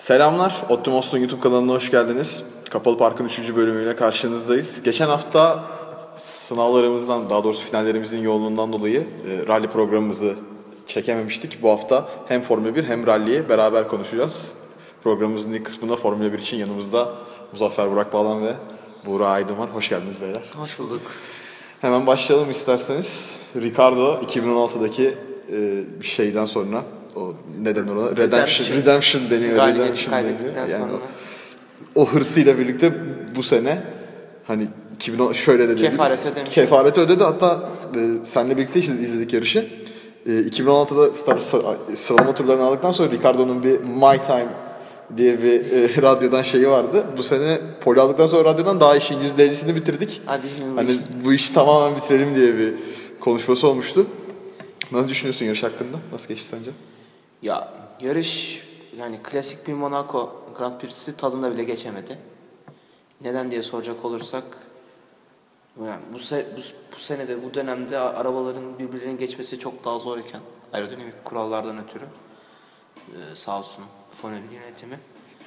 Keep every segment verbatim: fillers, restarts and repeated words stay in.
Selamlar, Optimus'un YouTube kanalına hoş geldiniz. Kapalı Park'ın üçüncü bölümüyle karşınızdayız. Geçen hafta sınavlarımızdan, daha doğrusu finallerimizin yoğunluğundan dolayı e, rally programımızı çekememiştik. Bu hafta hem Formula bir hem rally'yi beraber konuşacağız. Programımızın ilk kısmında Formula bir için yanımızda Muzaffer Burak Bağlan ve Buğra Aydın var. Hoş geldiniz beyler. Hoş bulduk. Hemen başlayalım isterseniz. Ricardo iki bin on altıdaki e, şeyden sonra, o neden ona Redemption, Redemption deniyor. Redemption deniyor. Yani sonra. O, o hırsıyla birlikte bu sene hani iki bin on şöyle de kefaret ödemiş. Kefareti ödedi. Hatta e, seninle birlikte işte izledik yarışı. E, iki bin on altıda star, sıralama turlarını aldıktan sonra Ricardo'nun bir My Time diye bir e, radyodan şeyi vardı. Bu sene poli aldıktan sonra radyodan daha işin yüzde ellisini bitirdik. Hadi hani bu işi tamamen bitirelim diye bir konuşması olmuştu. Nasıl düşünüyorsun yarış hakkında? Nasıl geçti sence? Ya yarış yani klasik bir Monaco Grand Prix'si tadında bile geçemedi. Neden diye soracak olursak yani bu, se bu, bu senede bu dönemde arabaların birbirlerine geçmesi çok daha zor iken aerodinamik kurallardan ötürü ee, sağ olsun Formula bir yönetimi.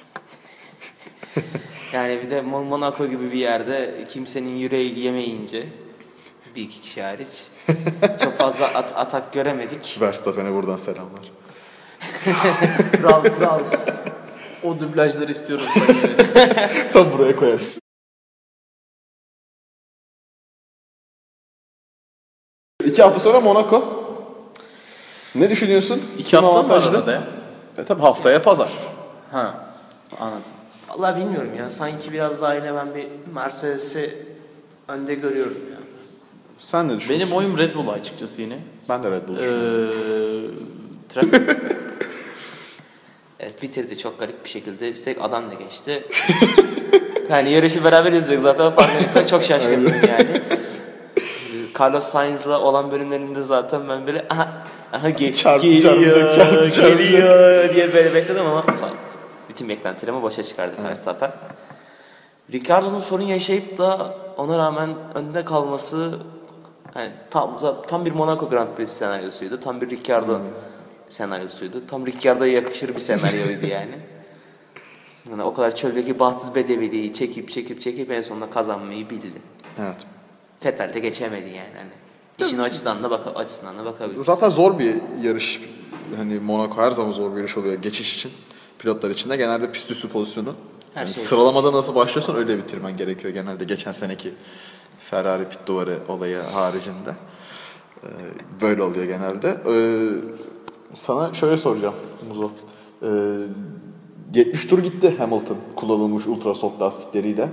Yani bir de Monaco gibi bir yerde kimsenin yüreği yemeyince bir iki kişi hariç çok fazla at atak göremedik. Verstappen'e buradan selamlar. Kral kral. O dublajları istiyorum sana. Tam buraya koyarız. İki hafta sonra Monaco. Ne düşünüyorsun? İki hafta mı arada ya? E tabi haftaya pazar. Ha, anladım. Vallahi bilmiyorum ya. Sanki biraz daha yine ben bir Mercedes'i önde görüyorum ya. Sen ne düşünüyorsun? Benim oyum Red Bull'a açıkçası yine. Ben de Red Bull düşünüyorum. Ee, Evet bitirdi çok garip bir şekilde. Üstelik adam da geçti. Yani yarışı beraber izledik zaten farkındaysan çok şaşkındım yani. Carlos Sainz'la olan bölümlerinde zaten ben böyle aha, aha ge çarpı, geliyor, çarpı, çarpı, geliyor diye böyle bekledim ama bütün beklentilerimi başa çıkardı Verstappen. Ricardo'nun sorun yaşayıp da ona rağmen önde kalması yani tam tam bir Monaco Grand Prix senaryosuydu. Tam bir Ricardo hmm. senaryosuydu. Tam Ricciardo'ya yakışır bir senaryoydu yani. Yani o kadar çöldeki bahtsız bedeviliği çekip çekip çekip en sonunda kazanmayı bildi. Evet. Vettel de geçemedi yani hani. İşin açısından da bak açısından da bakabiliriz. Zaten zor bir yarış. Hani Monaco her zaman zor bir yarış oluyor geçiş için. Pilotlar için de genelde pist üstü pozisyonu. Yani şey sıralamada var. Nasıl başlıyorsan öyle bitirmen gerekiyor genelde geçen seneki Ferrari pit duvarı olayı haricinde. Ee, böyle oluyor genelde. Ee, Sana şöyle soracağım Muzo. Ee, yetmiş tur gitti Hamilton kullanılmış ultra soft lastikleriyle.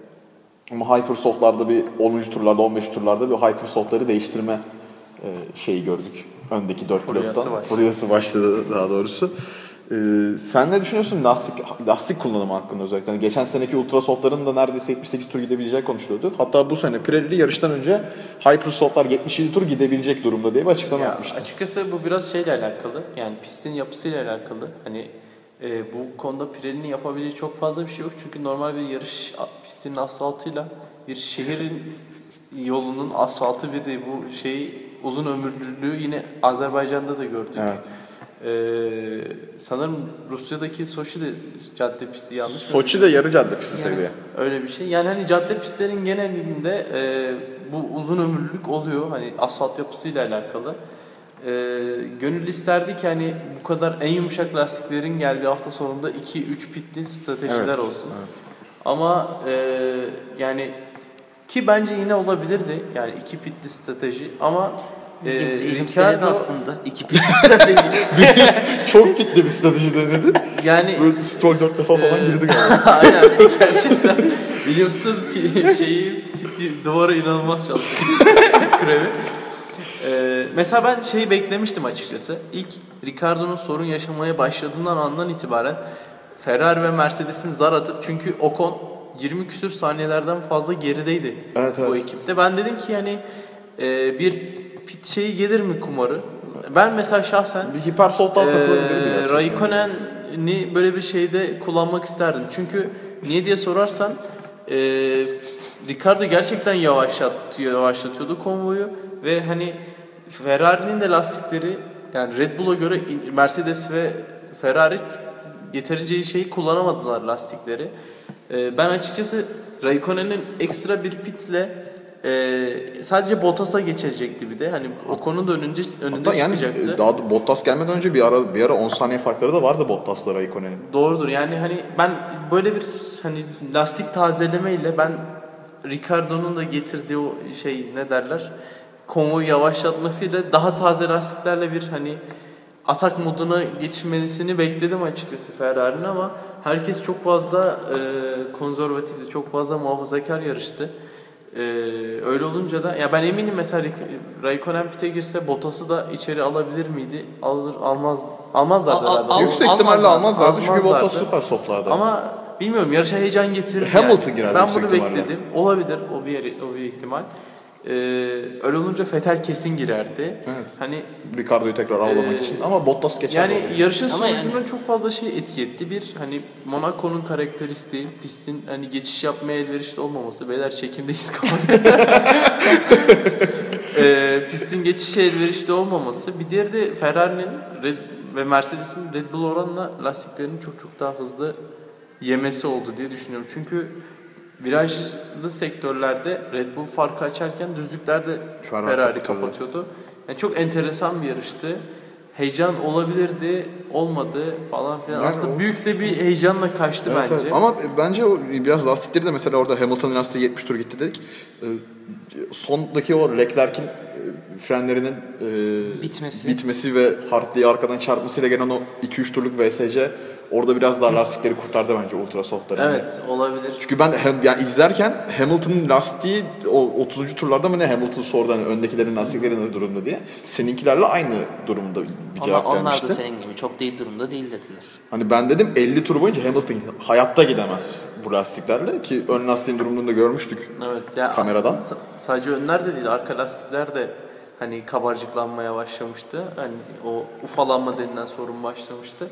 Ama Hypersoft'larda bir onuncu turlarda on beşinci turlarda bir Hypersoft'ları değiştirme e, şeyi gördük. Öndeki dört pilottan. Furyası başladı daha doğrusu. Ee, sen ne düşünüyorsun lastik lastik kullanımı hakkında özellikle? Yani geçen seneki ultrasoft'ların da neredeyse yetmiş sekiz tur gidebileceği konuşuluyordu. Hatta bu sene Pirelli yarıştan önce Hypersoft'lar yetmiş yedi tur gidebilecek durumda diye bir açıklama ya, yapmıştı. Açıkçası bu biraz şeyle alakalı. Yani pistin yapısıyla alakalı. Hani e, bu konuda Pirelli'nin yapabileceği çok fazla bir şey yok. Çünkü normal bir yarış pistinin asfaltıyla bir şehrin yolunun asfaltı bir de bu şey uzun ömürlülüğü yine Azerbaycan'da da gördük. Evet. Ee, sanırım Rusya'daki Soçi de cadde pisti yanlış mı? Soçi de yarı cadde pisti yani, seviye. Öyle bir şey. Yani hani cadde pistlerin genelinde e, bu uzun ömürlülük oluyor. Hani asfalt yapısıyla alakalı. E, gönül isterdi ki hani bu kadar en yumuşak lastiklerin geldiği hafta sonunda iki üç pitli stratejiler evet, olsun. Evet. Ama e, yani ki bence yine olabilirdi. Yani iki pitli strateji ama Ee, Ricardo aslında iki pitli strateji. Çok pitli bir strateji denedi. Yani böyle Stroll dört defa falan e, girdi galiba. Aynen gerçekten. Williams'ın şeyi pit duvarı inanılmaz çalışıyor. Pit grevi. Ee, mesela ben şeyi beklemiştim açıkçası. İlk Ricardo'nun sorun yaşamaya başladığından andan itibaren Ferrari ve Mercedes'in zar atıp çünkü Ocon yirmi küsür saniyelerden fazla gerideydi evet, bu evet. ekipte. Ben dedim ki yani e, bir pit şeyi gelir mi kumarı? Ben mesela şahsen bir hipersoft'tan takılabilirdi. E, Raikkonen'i böyle bir şeyde kullanmak isterdim. Çünkü niye diye sorarsan e, Ricardo gerçekten yavaşlatıyor, yavaşlatıyordu konvoyu ve hani Ferrari'nin de lastikleri yani Red Bull'a göre Mercedes ve Ferrari yeterince şeyi kullanamadılar lastikleri. Ee, ben açıkçası Raikkonen'in ekstra bir pitle e, sadece Bottas'a geçecekti bir de. Hani Ocon'un da önünde önünde Hatta yani çıkacaktı. daha da Bottas gelmeden önce bir ara bir ara on saniye farkları da vardı Bottas'la Raikkonen'in. Doğrudur. Yani hani ben böyle bir hani lastik tazelemeyle ben Ricardo'nun da getirdiği o şey ne derler? Konvoyu yavaşlatmasıyla daha taze lastiklerle bir hani atak moduna geçmesini bekledim açıkçası Ferrari'nin ama herkes çok fazla e, konservatifti, çok fazla muhafazakar yarıştı. E, öyle olunca da ya ben eminim mesela Raikkonen pit'e girse Bottas'ı da içeri alabilir miydi? Alır almaz almazlardı Al- herhalde. al- Yüksek almazlar. ihtimalle almazlardı çünkü Almazlardı. Bottas süper softlardı. Ama bilmiyorum yarışa heyecan getirir. Hamilton yani. girer Ben yüksek bunu ihtimalle. bekledim. Olabilir o bir o bir ihtimal. Ee, öyle olunca Vettel kesin girerdi. Evet. Hani Ricardo'yu tekrar avlamak Ee, için ama Bottas geçer. yani yarışın Ama sonucundan yani- çok fazla şey etki etti. Bir hani Monaco'nun karakteristiği pistin hani geçiş yapmaya elverişli olmaması. Beyler çekimdeyiz kamerada. ee, pistin geçişe elverişli olmaması. Bir diğeri de Ferrari'nin Red ve Mercedes'in Red Bull oranla lastiklerinin çok çok daha hızlı yemesi oldu diye düşünüyorum. Çünkü virajlı sektörlerde Red Bull farkı açarken düzlüklerde Ferrari Ferrari kapatıyordu. kapatıyordu. Yani çok enteresan bir yarıştı. Heyecan olabilirdi, olmadı falan filan. Yani Aslında o- büyük de bir heyecanla kaçtı Evet, bence. evet. Ama bence o biraz lastikleri de mesela orada Hamilton'ın lastiği yetmiş tur gitti dedik. Ee, Sondaki o Leclerc'in e, frenlerinin e, Bitmesi. bitmesi ve Hartley'e arkadan çarpmasıyla gelen o iki üç turluk V S C orada biraz daha lastikleri kurtardı bence ultra softların. Evet, olabilir. Çünkü ben hem, yani izlerken Hamilton'ın lastiği o otuzuncu turlarda mı ne Hamilton sordu hani öndekilerin lastikleri ne durumda diye. Seninkilerle aynı durumda bir Onlar, cevap onlar vermişti. da senin gibi çok da iyi durumda değil dediler. Hani ben dedim elli tur boyunca Hamilton hayatta gidemez bu lastiklerle ki ön lastiğin durumunu da görmüştük. Evet, ya Kameradan. aslında sa- sadece önler de değil, arka lastikler de hani kabarcıklanmaya başlamıştı. Hani o ufalanma denilen sorun başlamıştı.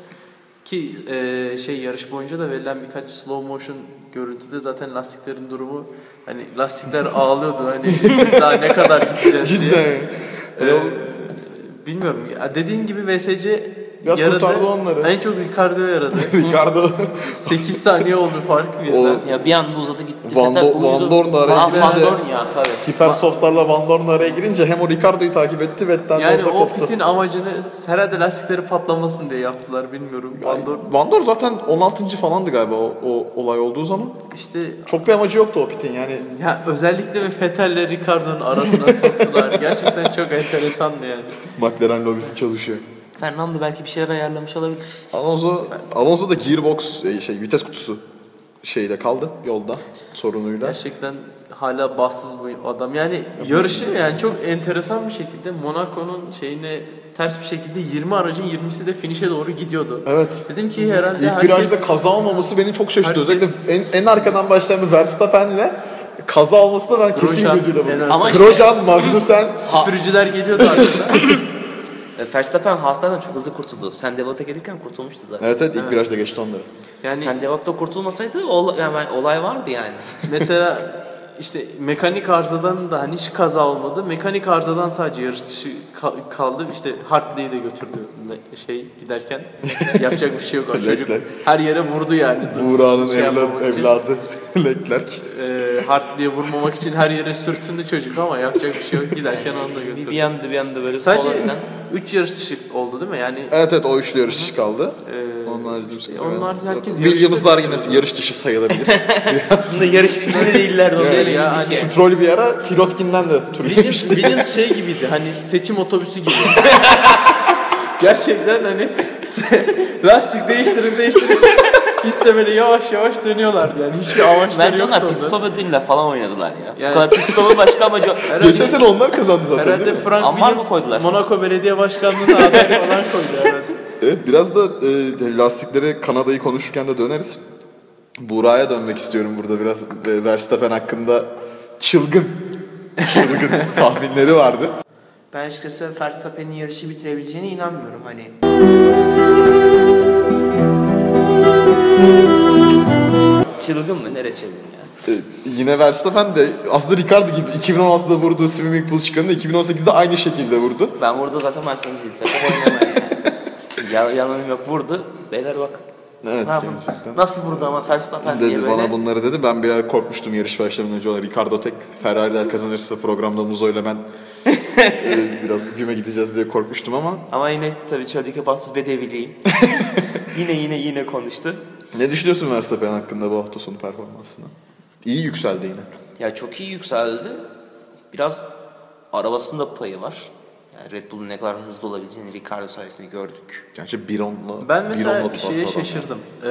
Ki e, şey yarış boyunca da verilen birkaç slow motion görüntüde zaten lastiklerin durumu hani lastikler ağlıyordu hani biz daha ne kadar gideceğiz diye. Cidden. Ee, bilmiyorum. Ya dediğin gibi V S C Biraz yaradı. kurtardı onları. En çok Ricardo'ya yaradı. Ricardo sekiz saniye oldu fark birden. Ya bir anda uzadı gitti. Van Vettel Do- uyudu. Van Dorn da araya Aa, Van girince- Dorn ya tabii. Hipersoftlarla Van Dorn araya girince hem o Ricardo'yu takip etti Vettel de Yani orada o koptu. pitin amacını herhalde lastikleri patlamasın diye yaptılar bilmiyorum. Van Dorn Van Dorn zaten on altıncı falandı galiba o, o olay olduğu zaman. işte Çok bir amacı yoktu o pitin yani. ya özellikle ve Vettel'le Ricardo'nun arasına soktular. Gerçekten çok enteresandı yani. McLaren lobisi çalışıyor. Fernando belki bir şeyler ayarlamış olabilir. Alonso, Alonso da gearbox e, şey vites kutusu şeyle kaldı yolda sorunuyla. Gerçekten hala bassız bu adam. Yani yarışı yani çok enteresan bir şekilde Monaco'nun şeyine ters bir şekilde yirmi aracın yirmisi de finish'e doğru gidiyordu. Evet. Dedim ki herhalde İlk herkes... virajda kaza olmaması beni çok şaşırttı. Herkes- Özellikle en, en arkadan başlayan bir Verstappen'le kaza olması da ben kesin Grosjean, gözüyle en bakıyorum. Ama işte- Grosjean, Magnussen Süpürücüler geliyordu arkadan. E, Verstappen Haas'tan çok hızlı kurtuldu. Sandevot'a gelirken kurtulmuştu zaten. evet evet ilk virajda geçti onları. Yani Sandevot'ta kurtulmasaydı ol, yani olay vardı yani. mesela işte mekanik arızadan da hani hiç kaza olmadı. Mekanik arızadan sadece yarış dışı ka- kaldı. İşte Hartley'i de götürdü şey giderken. Yapacak bir şey yok. O çocuk Leclerc. her yere vurdu yani. Buğra'nın Şey evla, yapmamak için. evladı Leclerc. Ee, Hartley'e vurmamak için her yere sürtündü çocuk ama yapacak bir şey yok. Giderken onu da Bir, götürdü. bir anda bir anda böyle Sadece sola giden. üç yarış dışı oldu değil mi? Yani Evet evet o üçlü yarış dışı kaldı. Ee, Onlar, işte onlar herkes Williams'lar yarışta yine yarış dışı sayılabilir. Aslında yarış içinde değillerdi. Şey Öyle ya, ya, hani- Stroll bir ara Sirotkin'den de tur Williams, yemişti. Williams şey gibiydi hani seçim otobüsü gibi. Gerçekten hani lastik değiştirip değiştirip piste böyle yavaş yavaş dönüyorlardı yani hiçbir amaçları Bence yoktu onlar pit onda. stop ödülüyle falan oynadılar ya. Yani- Bu kadar pit stop'un başka amacı yok. Geçen sene onlar kazandı zaten değil Herhalde mi? Frank Ambar mı Williams koydular? Monaco Belediye Başkanlığı'na aday falan koydu herhalde. Evet biraz da e, lastikleri Kanada'yı konuşurken de döneriz. Buğra'ya dönmek istiyorum burada biraz. E, Verstappen hakkında çılgın, çılgın tahminleri vardı. Ben açıkçası Verstappen'in yarışı bitirebileceğine inanmıyorum. Hani çılgın mı? Nereye çılgın ya? E, yine Verstappen de aslında Ricardo gibi iki bin on altıda vurduğu swimming pool çıkanını iki bin on sekizde aynı şekilde vurdu. Ben burada zaten başladım zil takıp oynamaya yani. Ya, yalanım yok vurdu. Beyler bak. Evet, Ha, bu- gerçekten. Nasıl vurdu ama Verstappen diye Dedi böyle. bana bunları dedi. Ben biraz korkmuştum yarış başlamadan önce. Ricardo Tek Ferrari'ler kazanırsa programda Muzo ile ben e, biraz güme gideceğiz diye korkmuştum ama. Ama yine tabii çöldeki bahtsız bedeviliyim. yine yine yine konuştu. Ne düşünüyorsun Verstappen hakkında bu hafta sonu performansına? İyi yükseldi yine. Ya çok iyi yükseldi. Biraz arabasında payı var. Yani Red Bull'un ne kadar hızlı olabileceğini Ricardo sayesinde gördük. Gerçi bir onla Ben bir mesela onla şeye tuttu adam. şaşırdım. Ee,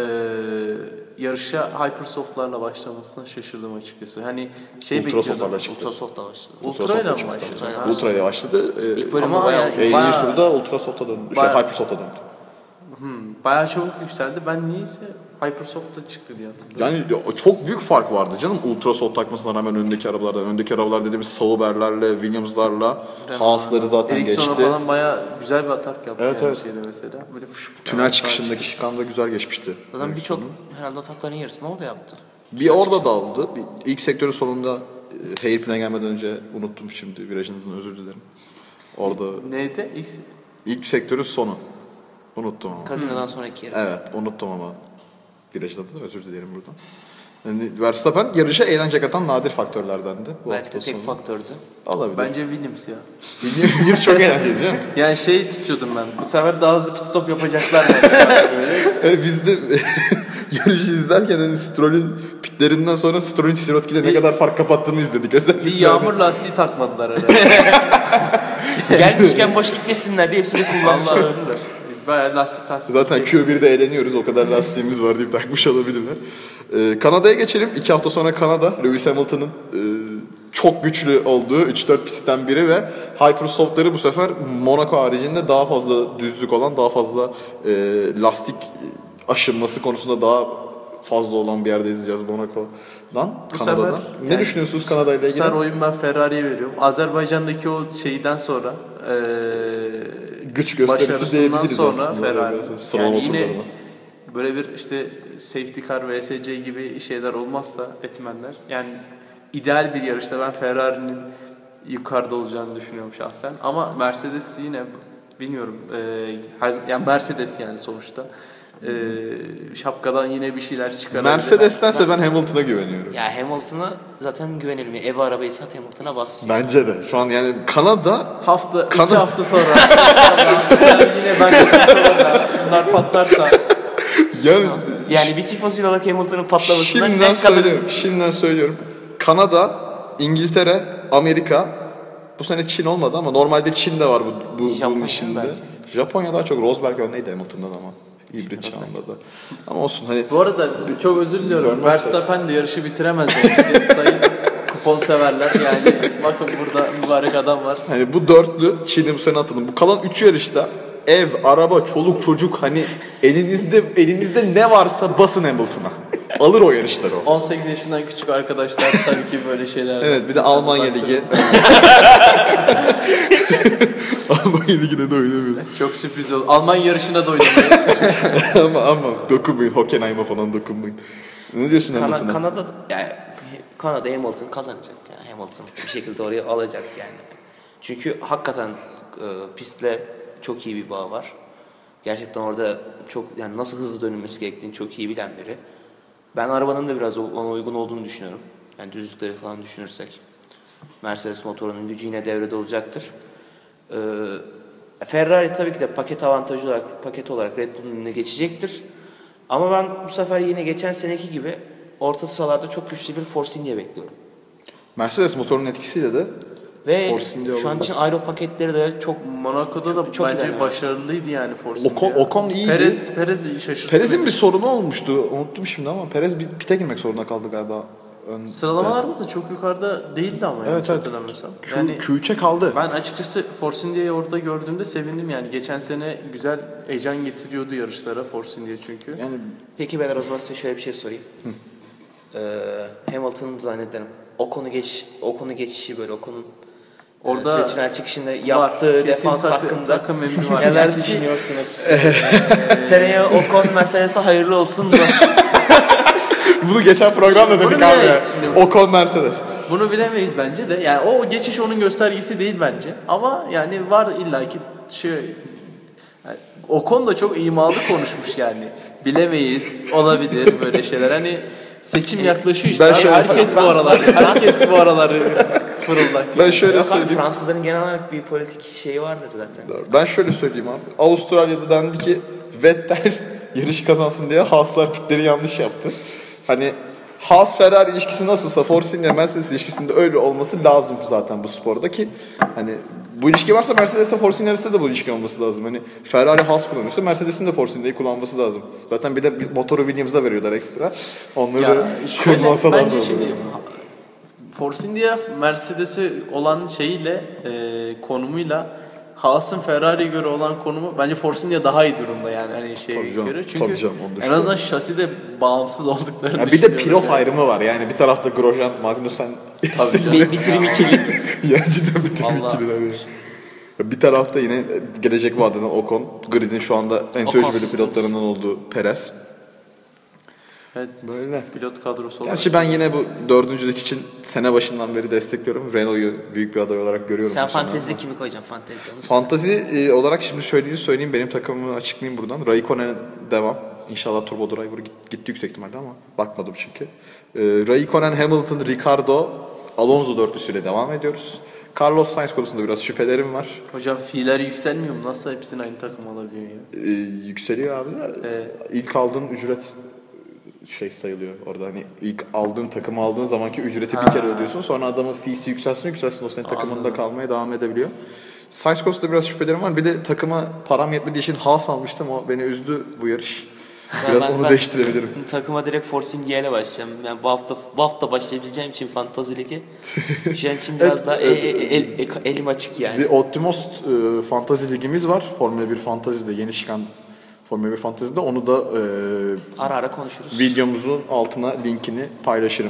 yarışa Hypersoft'larla başlamasına şaşırdım açıkçası. Hani şey Ultrasoft'larla bekliyordum. çıktı. Ultrasoft'ta başladı. Ultra ile mi çıktı. başladı? Ultra- Ha. Ultra ile başladı. Ee, İlk bölümde Ama bayağı yani- uzun. E, Bayağı- ikinci turda Ultrasoft'a döndü. Şey, Bayağı- Hypersoft'a döndü. Hmm, bayağı çabuk yükseldi. Ben niyeyse Hypersoft'ta çıktı diye hatırlıyorum. Yani çok büyük fark vardı canım Ultrasoft takmasına rağmen öndeki arabalardan. Öndeki arabalar dediğimiz Sauber'lerle, Williams'larla, Haas'ları zaten Ericsson'a geçti. falan bayağı güzel bir atak yaptı Evet, yani evet. şeyde mesela. Böyle fış- Tünel yani çıkışındaki şikanda güzel geçmişti. Zaten birçok herhalde atakların yarısını orada yaptı. Bir orada daldı. Bir, ilk sektörün sonunda e, hairpin'e gelmeden önce unuttum şimdi virajınızdan özür dilerim. Orada Neydi? İlk... ilk sektörün sonu. Unuttum ama. Kazinodan sonraki yarı. Evet unuttum ama virajdan da özür dilerim buradan. Yani Verstappen yarışa eğlence katan nadir faktörlerdendi. Bu Belki hafta de tek sonu. faktördü. Olabilir. Bence Williams ya. Williams çok eğlenceli değil mi? Yani şey tutuyordum ben. Bu sefer daha hızlı pit stop yapacaklar mı? E, biz de yarışı izlerken hani Stroll'ün pitlerinden sonra Stroll'ün Sirotki'de ne kadar fark kapattığını izledik. Özellikle Bir yağmur lastiği takmadılar herhalde. Gelmişken boş gitmesinler diye hepsini kullanmış Vallahi. olabilirler. Bayağı lastik lastik. Zaten Q bir'de eğleniyoruz. O kadar lastiğimiz var deyip takmış olabilirler. Ee, Kanada'ya geçelim. İki hafta sonra Kanada. Lewis Hamilton'ın e, çok güçlü olduğu üç dört pistten biri ve Hypersoft'ları bu sefer Monaco haricinde daha fazla düzlük olan, daha fazla e, lastik aşınması konusunda daha fazla olan bir yerde izleyeceğiz Monaco'dan. Bu Kanada'dan. sefer ne yani düşünüyorsunuz Kanada ile Bu ilgili? sefer oyun ben Ferrari'ye veriyorum. Azerbaycan'daki o şeyden sonra eee Güç gösterisi başarısından diyebiliriz sonra aslında. Ferrari. Sıralama Yani yine turlarına. böyle bir işte safety car, V S C gibi şeyler olmazsa etmenler. Yani ideal bir yarışta ben Ferrari'nin yukarıda olacağını düşünüyorum şahsen. Ama Mercedes yine bilmiyorum. Eee yani Mercedes yani sonuçta. Eee şapkadan yine bir şeyler çıkarabilir. Mercedes'tense ben Hamilton'a güveniyorum. Ya Hamilton'a zaten güvenelim. Ev arabayı sat Hamilton'a bas. Bence de. Şu an yani Kanada Hafta, Kana- iki hafta sonra inşallah yine ben de bunlar patlarsa yani Yani bir tifosil olarak Hamilton'ın patlamasından şimdiden ne kadar söylüyorum. Şimdiden söylüyorum. Kanada, İngiltere, Amerika bu sene Çin olmadı ama normalde Çin de var bu, bu bunun Japonya içinde. belki. Japonya daha çok Rosberg örneğiydi Hamilton'dan ama. Hibrit çağında da. Ama olsun hani bu arada çok özür diliyorum. Görmezler. Verstappen de yarışı bitiremez demişti. Sayın kupon severler yani bakın burada mübarek adam var. hani bu dörtlü Çin'i bu sene atılın. Bu kalan üç yarışta ev, araba, çoluk, çocuk hani elinizde elinizde ne varsa basın Hamilton'a. Alır o yarışları o. on sekiz yaşından küçük arkadaşlar tabii ki böyle şeyler. Evet bir de Almanya Ligi. Almanya Ligi'ne de oynamıyoruz. Çok sürpriz oldu. Alman yarışına da oynamayı. ama ama dokunmayın. Hockenheim'a falan dokunmayın. Ne diyorsun Kana, Hamilton'a? Kanada yani Kanada Hamilton kazanacak. Yani Hamilton bir şekilde oraya alacak yani. Çünkü hakikaten e, pistle çok iyi bir bağ var. Gerçekten orada çok yani nasıl hızlı dönülmesi gerektiğini çok iyi bilen biri. Ben arabanın da biraz ona uygun olduğunu düşünüyorum. Yani düzlükleri falan düşünürsek. Mercedes motorunun gücü yine devrede olacaktır. Ee, Ferrari tabii ki de paket avantajı olarak, paket olarak Red Bull'un önüne geçecektir. Ama ben bu sefer yine geçen seneki gibi orta sıralarda çok güçlü bir Force India bekliyorum. Mercedes motorunun etkisiyle de Ve Force India şu an olabilir. için aero paketleri de çok Monaco'da da çok bence ilerleme. başarılıydı yani Force Ocon- India. Ocon iyiydi. Perez, Perez şaşırttı. Perez'in beni. bir sorunu olmuştu. Unuttum şimdi ama Perez bir pite girmek zorunda kaldı galiba. Ön, Sıralamalarda da çok yukarıda değildi ama Evet, yanlış evet. hatırlamıyorsam. Q, Yani Q üçe kaldı. ben açıkçası Force India'yı orada gördüğümde sevindim yani. Geçen sene güzel heyecan getiriyordu yarışlara Force India çünkü. Yani Peki ben o zaman size şöyle bir şey sorayım. Ee, Hamilton'ın zannederim o konu geç o konu geçişi böyle o konun Orada e, tünel çıkışında var. yaptığı Kesin defans takı- hakkında takım emri var. neler Yani düşünüyorsunuz? Seneye Ocon Mercedes'e hayırlı olsun da. bunu geçen programda Bunu dedik abi. bilemeyiz şimdi. Ocon Mercedes. Bunu bilemeyiz bence de. Yani o geçiş onun göstergesi değil bence. Ama yani var illaki şey yani Ocon da çok imalı konuşmuş yani. Bilemeyiz, olabilir böyle şeyler. Hani seçim yaklaşıyor işte. Ben Abi, şöyle herkes bu Fransız- aralar, herkes bu araları fırıldak. Ben şöyle Yok abi, söyleyeyim. Fransızların genel olarak bir politik şeyi vardır zaten. Ben şöyle söyleyeyim abi. Avustralya'da dendi ki Vettel yarışı kazansın diye Haas'lar pitleri yanlış yaptı. Hani Haas Ferrari ilişkisi nasılsa Force ile Mercedes ilişkisinde öyle olması lazım zaten bu sporda ki hani bu ilişki varsa Mercedes'e Force arasında da bu ilişki olması lazım. Hani Ferrari Haas kullanıyorsa Mercedes'in de Force Indy'yi kullanması lazım. Zaten bir de bir motoru Williams'a veriyorlar ekstra. Onları Ya şöyle, kullansalar da bence olur. şimdi Force India Mercedes'e olan şeyiyle e, konumuyla Haas'ın Ferrari'ye göre olan konumu bence Force India daha iyi durumda yani hani şeye Tabii canım, göre. Çünkü tabii canım, onu en düşünüyorum. azından şaside bağımsız olduklarını Ya bir de düşünüyorum pilot yani. ayrımı var. Yani bir tarafta Grosjean, Magnussen Tabii canım. Bir bitirim ikili. ya cidden bitirim Vallahi. ikililer ya. Bir tarafta yine gelecek vadeden Ocon, Grid'in şu anda en tecrübeli Consistent. pilotlarından olduğu Perez. Evet, Böyle. pilot kadrosu olarak. Gerçi ben yine bu dördüncülük için sene başından beri destekliyorum. Renault'u büyük bir aday olarak görüyorum. Sen bu sene fantezide ama. kimi koyacaksın? Fantezide onu söyle. Fantezi e, olarak şimdi söylediğini söyleyeyim. Benim takımımı açıklayayım buradan. Raikkonen devam. İnşallah Turbo Driver git- gitti yüksek ihtimalle ama bakmadım çünkü. E, Raikkonen, Hamilton, Ricardo, Alonso dörtlüsüyle devam ediyoruz. Carlos Sainz konusunda biraz şüphelerim var. Hocam fiiller yükselmiyor mu? Nasıl hepsini aynı takım alabiliyor ya? E, yükseliyor abi de Evet. ilk aldığın ücret şey sayılıyor orada hani ilk aldığın takımı aldığın zamanki ücreti bir kere ödüyorsun sonra adamın fee'si yükselsin yükselsin o senin takımında kalmaya devam edebiliyor. Sainz konusunda biraz şüphelerim var bir de takıma param yetmediği için Haas almıştım o beni üzdü bu yarış. Biraz Ben- onu ben- değiştirebilirim. Takıma direkt Force India ile başlayacağım. Yani bu hafta bu hafta başlayabileceğim için Fantasy Ligi. Şu an için biraz daha e- e- el- e- elim açık yani. Bir Optimost e, Fantasy Ligimiz var. Formula bir Fantasy'de yeni çıkan Formula bir Fantasy'de onu da e, Ara ara konuşuruz. videomuzun altına linkini paylaşırım.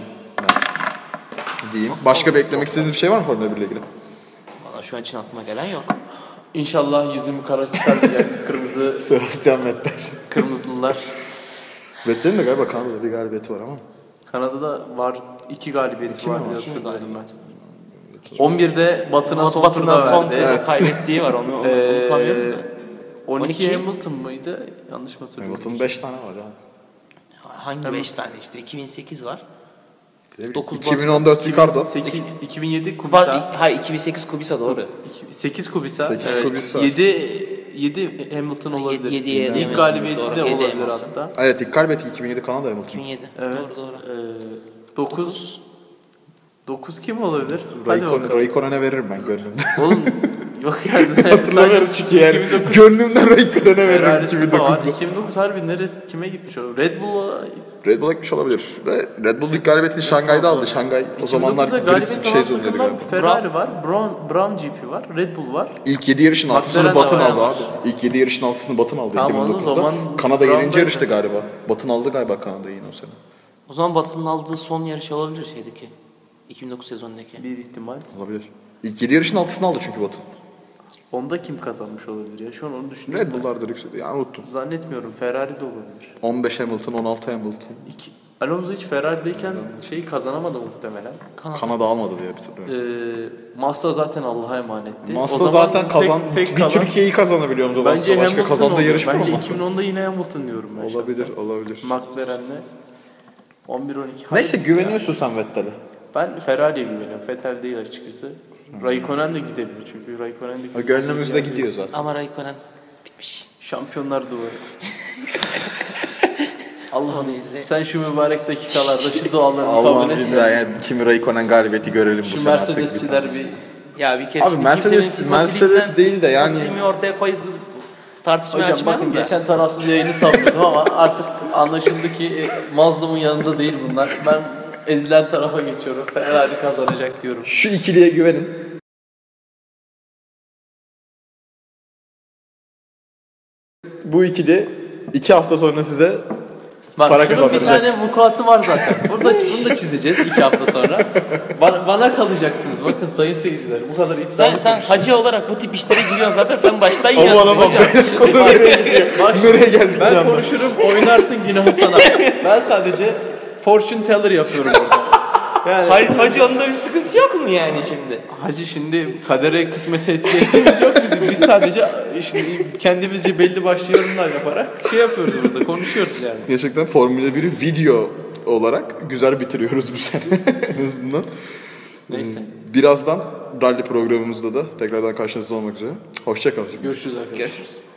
Yani diyeyim. Başka bir eklemek istediğiniz bir şey var mı Formula bir ile ilgili? Valla şu an için aklıma gelen yok. İnşallah yüzümü kara çıkarmayacak kırmızı Sebastian Vettel. kırmızılılar. Vettel'in de galiba Kanada'da bir galibiyeti var ama. Kanada'da var iki galibiyeti İki var mi diye var? hatırlıyorum ben. on birde Batı'na son Batı'dan turda son verdi. turda Evet. kaybettiği var onu, onu Ee, unutamıyoruz da. on iki, on iki Hamilton mıydı? Yanlış mı hatırlıyorum? Hamilton'ın beş tane var ya. Hangi beş tane işte? iki bin sekiz var. dokuz iki bin on dört Ricardo. sekiz, iki bin yedi Var, Kubica. hayır iki bin sekiz Kubica doğru. sekiz Kubica. Sekiz evet. Kubica. yedi yedi Hamilton olabilir. yedi- yedi İlk Hamilton, galibiyeti doğru. de yedi olabilir Hamilton. hatta. Evet ilk galibiyeti iki bin yedi Kanada Hamilton. iki bin yedi. Evet. Doğru doğru. dokuz dokuz kim olabilir? Hadi Raikkonen, bakalım. Raikkonen'e veririm ben gönlümden. Oğlum yok yani. Hatırlamıyorum Sadece çünkü yani. iki bin dokuz Gönlümden Raikkonen'e veririm Ferrari'si de var. iki bin dokuzda. iki bin dokuz harbi neresi kime gitmiş o? Red Bull'a Red Bull'a gitmiş olabilir. De Red Bull ilk galibiyetini Şangay'da aldı. Şangay o zamanlar iki bin dokuzda drift galibiyet şey alan zonundaydı takımlar galiba. Ferrari var, Brown, Brown G P var, Red Bull var. İlk yedi yarışın altısını McLaren de Batın var aldı yalnız. abi. İlk yedi yarışın altısını Batın aldı Tamam, o iki bin dokuzda. zaman Kanada Brown yedinci da- yarıştı galiba. Batın aldı galiba Kanada'yı yine o sene. O zaman Batı'nın aldığı son yarış olabilir şeydeki. iki bin dokuz sezonundaki. Bir ihtimal. Olabilir. İlk yedi yarışın altısını aldı çünkü Batın. Onda kim kazanmış olabilir ya? Şu an onu düşünüyorum. Red Bull'lardır yüksek. Yani unuttum. Zannetmiyorum. Ferrari de olabilir. on beş Hamilton, on altı Hamilton. İki. Alonso hiç Ferrari'deyken şeyi kazanamadı muhtemelen. Kanada. Kanada almadı diye hatırlıyorum. Ee, Massa zaten Allah'a emanetti. Massa O zaman zaten kazan, tek, tek bir kalan- Türkiye'yi kazanabiliyor mu? Bence Başka Hamilton kazandığı olur. yarış mı Bence olmaz? iki bin onda yine Hamilton diyorum ben Olabilir, şahsen. olabilir. McLaren'le on bir on iki. Neyse Hayırlısı ya. güveniyorsun sen Vettel'e. Ben Ferrari'ye güveniyorum. Vettel değil açıkçası. Raikkonen de gidebilir çünkü Raikkonen de Gönlümüzde gidiyor zaten. Ama Raikkonen bitmiş. Şampiyonlar duvarı. Allah'ım Allah'ım. sen şu mübarek dakikalarda şu dualarını kabul Allah'ım et. billahi yani kimi Raikkonen galibiyeti görelim bu Şu sene artık bir tane. Mercedesçiler bir... Ya bir kere Abi şimdi Mercedes- kimsenin FIFA Mercedes Slick'ten değil de yani- FIFA Slick'i ortaya koydu. Tartışmayı Hocam açmayalım bakın da. geçen tarafsız yayını sapladım ama artık anlaşıldı ki e, Mazlum'un yanında değil bunlar. Ben ezilen tarafa geçiyorum. Ferrari kazanacak diyorum. Şu ikiliye güvenin. Bu ikili iki hafta sonra size Bak para şunun bir kazandıracak. tane vukuatı var zaten. Burada bunu da çizeceğiz iki hafta sonra. Bana, bana kalacaksınız bakın sayın seyirciler. Bu kadar iddialı. Sen sen hacı olarak bu tip işlere giriyorsun zaten sen baştan Aman yan. aman hocam, benim şimdi konu bak- nereye gidiyor? Bak, Nereye geldik ben bir anda? konuşurum oynarsın günahı sana. Ben sadece fortune teller yapıyorum orada. Yani- Hacı, hacı onda bir sıkıntı yok mu yani şimdi? Hacı şimdi kadere kısmete etkilediğimiz yok bizim. Biz sadece şimdi kendimizce belli başlı yorumlar yaparak şey yapıyoruz burada, konuşuyoruz yani. Gerçekten Formula biri video olarak güzel bitiriyoruz bu sene en azından. Neyse. Birazdan rally programımızda da tekrardan karşınızda olmak üzere. Hoşça kalın. Görüşürüz arkadaşlar. Görüşürüz.